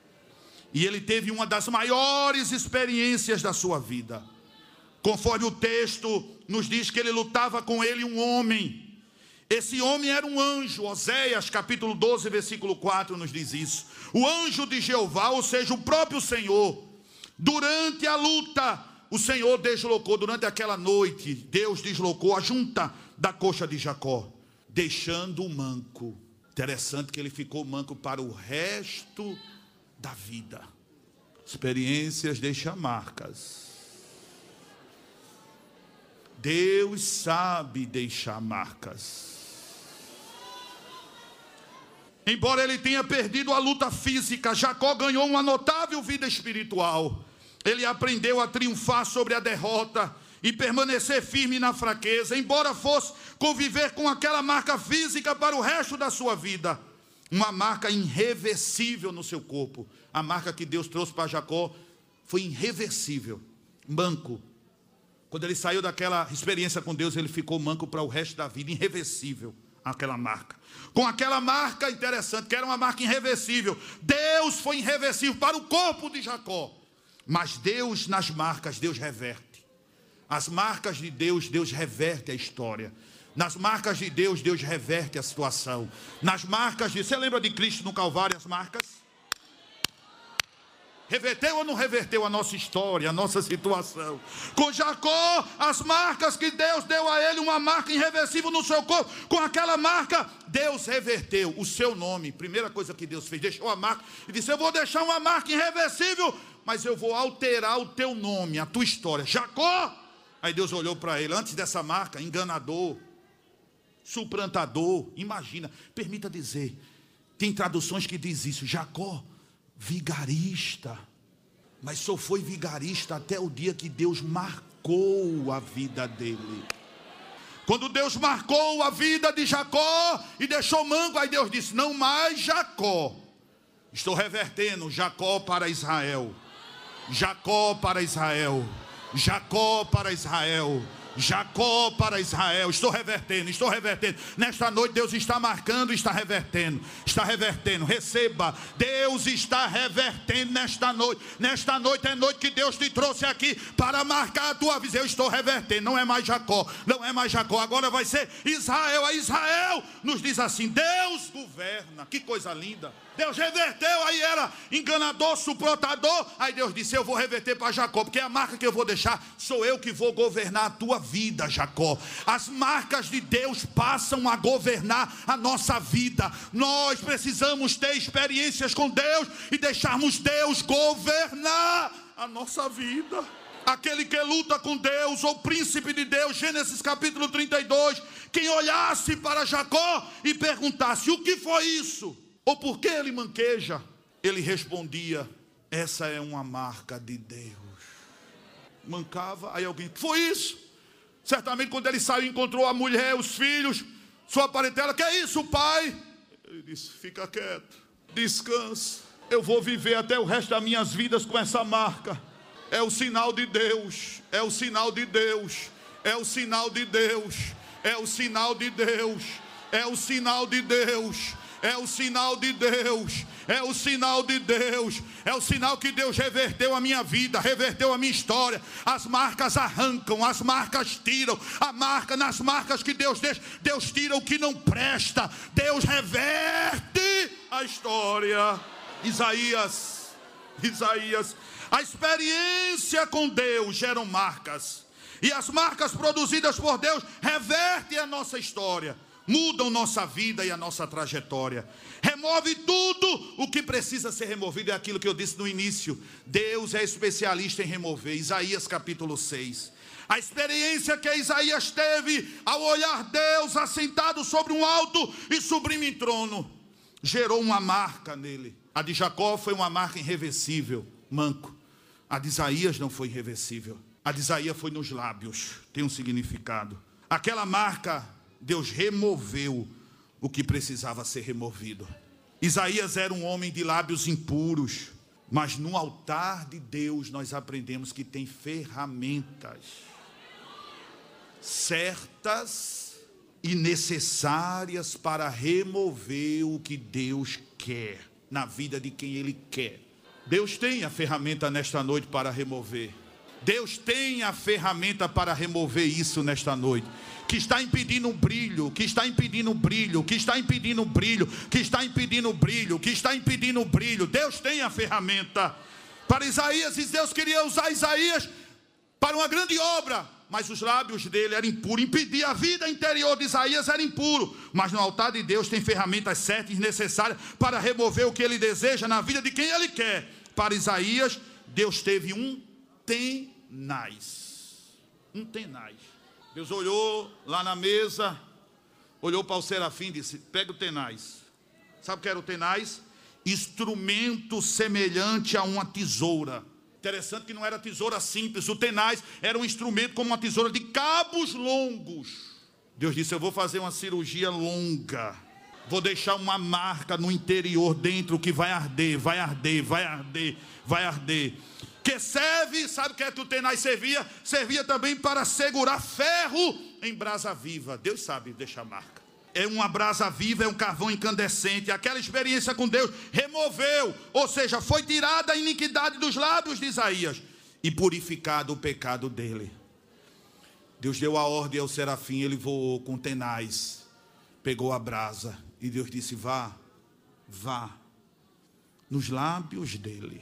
E ele teve uma das maiores experiências da sua vida. Conforme o texto nos diz que ele lutava com ele um homem. Esse homem era um anjo. Oséias capítulo doze, versículo quatro nos diz isso. O anjo de Jeová, ou seja, o próprio Senhor. Durante a luta, o Senhor deslocou, durante aquela noite, Deus deslocou a junta da coxa de Jacó, deixando o manco. Interessante que ele ficou manco para o resto da vida. Experiências deixam marcas. Deus sabe deixar marcas. Embora ele tenha perdido a luta física, Jacó ganhou uma notável vida espiritual. Ele aprendeu a triunfar sobre a derrota e permanecer firme na fraqueza, embora fosse conviver com aquela marca física para o resto da sua vida. Uma marca irreversível no seu corpo. A marca que Deus trouxe para Jacó foi irreversível, manco. Quando ele saiu daquela experiência com Deus, ele ficou manco para o resto da vida, irreversível, aquela marca. Com aquela marca interessante, que era uma marca irreversível. Deus foi irreversível para o corpo de Jacó. Mas Deus, nas marcas, Deus reverte. As marcas de Deus, Deus reverte a história. Nas marcas de Deus, Deus reverte a situação. Nas marcas de... Você lembra de Cristo no Calvário, as marcas? Reverteu ou não reverteu a nossa história, a nossa situação? Com Jacó, as marcas que Deus deu a ele, uma marca irreversível no seu corpo. Com aquela marca, Deus reverteu o seu nome. Primeira coisa que Deus fez, deixou a marca e disse: eu vou deixar uma marca irreversível, mas eu vou alterar o teu nome, a tua história. Jacó. Aí Deus olhou para ele, antes dessa marca, enganador, suplantador. Imagina, permita dizer, tem traduções que diz isso: Jacó, vigarista. Mas só foi vigarista até o dia que Deus marcou a vida dele. Quando Deus marcou a vida de Jacó e deixou manco, aí Deus disse: não mais Jacó. Estou revertendo Jacó para Israel. Jacó para Israel. Jacó para Israel. Jacó para Israel. Estou revertendo, estou revertendo. Nesta noite Deus está marcando, está revertendo. Está revertendo, receba. Deus está revertendo nesta noite. Nesta noite é noite que Deus te trouxe aqui para marcar a tua vida. Eu estou revertendo, não é mais Jacó. Não é mais Jacó, agora vai ser Israel. A Israel nos diz assim: Deus governa. Que coisa linda. Deus reverteu, aí era enganador, suplantador. Aí Deus disse: eu vou reverter para Jacó, porque a marca que eu vou deixar, sou eu que vou governar a tua vida, Jacó. As marcas de Deus passam a governar a nossa vida. Nós precisamos ter experiências com Deus e deixarmos Deus governar a nossa vida. Aquele que luta com Deus, ou príncipe de Deus, Gênesis capítulo trinta e dois, quem olhasse para Jacó e perguntasse: o que foi isso? Ou por que ele manqueja? Ele respondia: essa é uma marca de Deus. Mancava, aí alguém: foi isso? Certamente quando ele saiu, encontrou a mulher, os filhos, sua parentela: que é isso, pai? Ele disse: fica quieto, descansa. Eu vou viver até o resto das minhas vidas com essa marca. É o sinal de Deus, é o sinal de Deus, é o sinal de Deus, é o sinal de Deus, é o sinal de Deus. É o sinal de Deus, é o sinal de Deus, é o sinal que Deus reverteu a minha vida, reverteu a minha história. As marcas arrancam, as marcas tiram, a marca, nas marcas que Deus deixa, Deus tira o que não presta, Deus reverte a história. Isaías, Isaías, a experiência com Deus geram marcas, e as marcas produzidas por Deus revertem a nossa história. Mudam nossa vida e a nossa trajetória. Remove tudo o que precisa ser removido. É aquilo que eu disse no início. Deus é especialista em remover. Isaías capítulo seis. A experiência que Isaías teve ao olhar Deus assentado sobre um alto e sublime trono, gerou uma marca nele. A de Jacó foi uma marca irreversível, manco. A de Isaías não foi irreversível. A de Isaías foi nos lábios. Tem um significado. Aquela marca, Deus removeu o que precisava ser removido. Isaías era um homem de lábios impuros, mas no altar de Deus nós aprendemos que tem ferramentas certas e necessárias para remover o que Deus quer na vida de quem Ele quer. Deus tem a ferramenta nesta noite para remover. Deus tem a ferramenta para remover isso nesta noite, que está impedindo o brilho, que está impedindo o brilho, que está impedindo o brilho, que está impedindo o brilho, que está impedindo o brilho. Deus tem a ferramenta para Isaías, e Deus queria usar Isaías para uma grande obra, mas os lábios dele eram impuros, impedia a vida interior de Isaías, era impuro. Mas no altar de Deus tem ferramentas certas e necessárias para remover o que ele deseja na vida de quem ele quer. Para Isaías, Deus teve um tenaz, um tenaz. Deus olhou lá na mesa, olhou para o serafim e disse: pega o tenaz. Sabe o que era o tenaz? Instrumento semelhante a uma tesoura. Interessante que não era tesoura simples. O tenaz era um instrumento como uma tesoura de cabos longos. Deus disse: eu vou fazer uma cirurgia longa. Vou deixar uma marca no interior, dentro, que vai arder, vai arder, vai arder, vai arder. que serve, sabe o que é que o tenaz servia? Servia também para segurar ferro em brasa viva. Deus sabe deixar marca. É uma brasa viva, é um carvão incandescente. Aquela experiência com Deus removeu, ou seja, foi tirada a iniquidade dos lábios de Isaías e purificado o pecado dele. Deus deu a ordem ao serafim, ele voou com tenaz, pegou a brasa e Deus disse: vá, vá nos lábios dele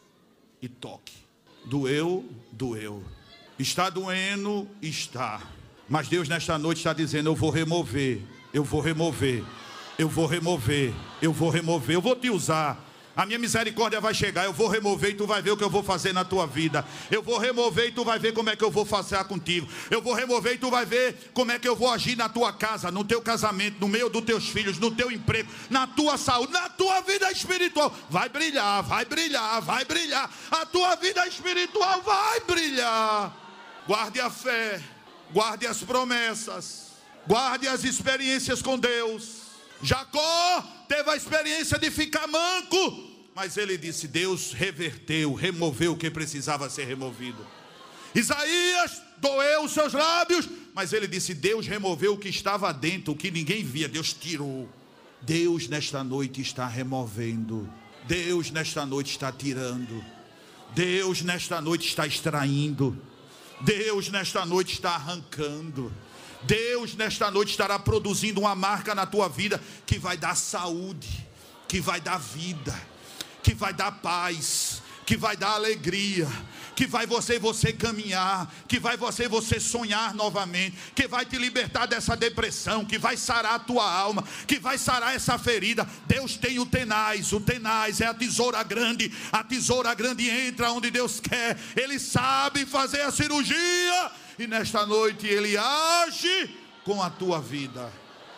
e toque. Doeu, doeu. Está doendo, está. Mas Deus nesta noite está dizendo: eu vou remover, eu vou remover, eu vou remover, eu vou remover, eu vou te usar. A minha misericórdia vai chegar, eu vou remover e tu vai ver o que eu vou fazer na tua vida. Eu vou remover e tu vai ver como é que eu vou fazer contigo. Eu vou remover e tu vai ver como é que eu vou agir na tua casa, no teu casamento, no meio dos teus filhos, no teu emprego, na tua saúde, na tua vida espiritual. Vai brilhar, vai brilhar, vai brilhar. A tua vida espiritual vai brilhar. Guarde a fé, guarde as promessas, guarde as experiências com Deus. Jacó teve a experiência de ficar manco, mas ele disse: Deus reverteu, removeu o que precisava ser removido. Isaías doeu os seus lábios, mas ele disse: Deus removeu o que estava dentro, o que ninguém via, Deus tirou. Deus nesta noite está removendo, Deus nesta noite está tirando, Deus nesta noite está extraindo, Deus nesta noite está arrancando. Deus nesta noite estará produzindo uma marca na tua vida que vai dar saúde, que vai dar vida, que vai dar paz, que vai dar alegria, que vai você e você caminhar, que vai você e você sonhar novamente, que vai te libertar dessa depressão, que vai sarar a tua alma, que vai sarar essa ferida. Deus tem o tenaz, o tenaz é a tesoura grande, a tesoura grande entra onde Deus quer, Ele sabe fazer a cirurgia. E nesta noite Ele age com a tua vida.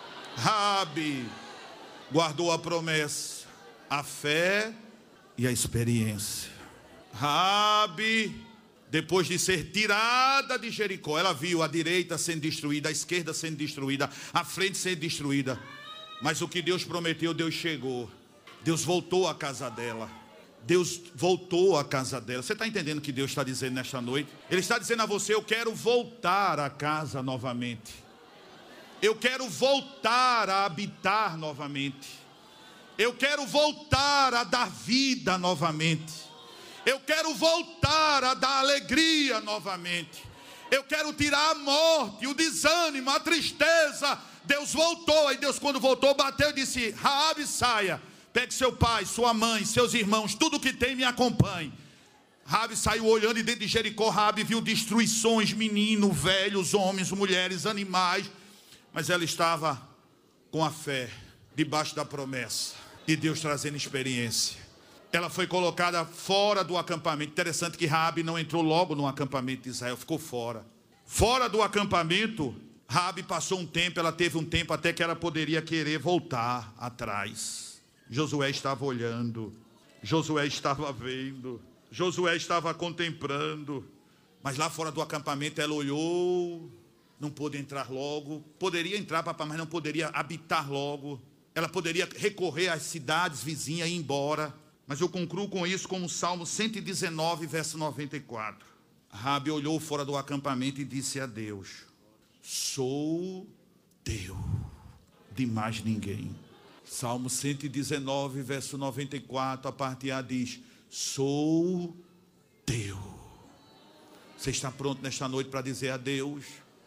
Raabe guardou a promessa, a fé e a experiência. Raabe, depois de ser tirada de Jericó, ela viu a direita sendo destruída, a esquerda sendo destruída, a frente sendo destruída. Mas o que Deus prometeu, Deus chegou. Deus voltou à casa dela. Deus voltou à casa dela. Você está entendendo o que Deus está dizendo nesta noite? Ele está dizendo a você: eu quero voltar à casa novamente. Eu quero voltar a habitar novamente. Eu quero voltar a dar vida novamente. Eu quero voltar a dar alegria novamente. Eu quero tirar a morte, o desânimo, a tristeza. Deus voltou. Aí Deus, quando voltou, bateu e disse: Raabe, saia. Pegue seu pai, sua mãe, seus irmãos, tudo que tem, me acompanhe. Raabe saiu olhando, e dentro de Jericó Raabe viu destruições, meninos, velhos, homens, mulheres, animais. Mas ela estava com a fé, debaixo da promessa, e Deus trazendo experiência. Ela foi colocada fora do acampamento. Interessante que Raabe não entrou logo no acampamento de Israel, ficou fora. Fora do acampamento, Raabe passou um tempo, ela teve um tempo até que ela poderia querer voltar atrás. Josué estava olhando, Josué estava vendo, Josué estava contemplando. Mas lá fora do acampamento ela olhou, não pôde entrar logo. Poderia entrar, papai, mas não poderia habitar logo. Ela poderia recorrer às cidades vizinhas e ir embora. Mas eu concluo com isso com o Salmo cento e dezenove, verso noventa e quatro. Raabe olhou fora do acampamento e disse a Deus: sou teu, de mais ninguém. Salmo cento e dezenove, verso noventa e quatro, a parte A diz: sou teu. Você está pronto nesta noite para dizer a Deus: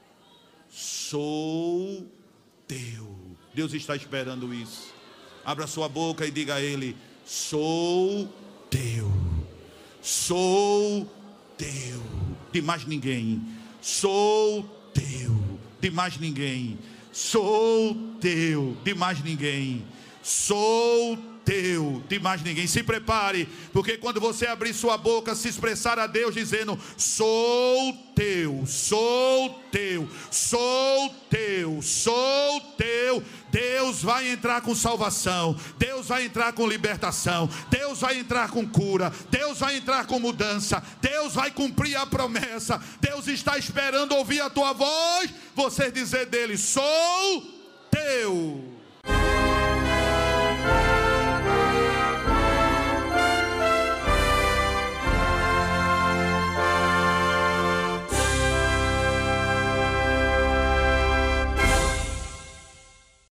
sou teu? Deus está esperando isso. Abra sua boca e diga a Ele: sou teu, sou teu, de mais ninguém. Sou teu, de mais ninguém. Sou teu, de mais ninguém. Sou teu, de mais ninguém. Se prepare, porque quando você abrir sua boca, se expressar a Deus dizendo: sou teu, sou teu, sou teu, sou teu, Deus vai entrar com salvação, Deus vai entrar com libertação, Deus vai entrar com cura, Deus vai entrar com mudança, Deus vai cumprir a promessa. Deus está esperando ouvir a tua voz, você dizer dele: sou teu.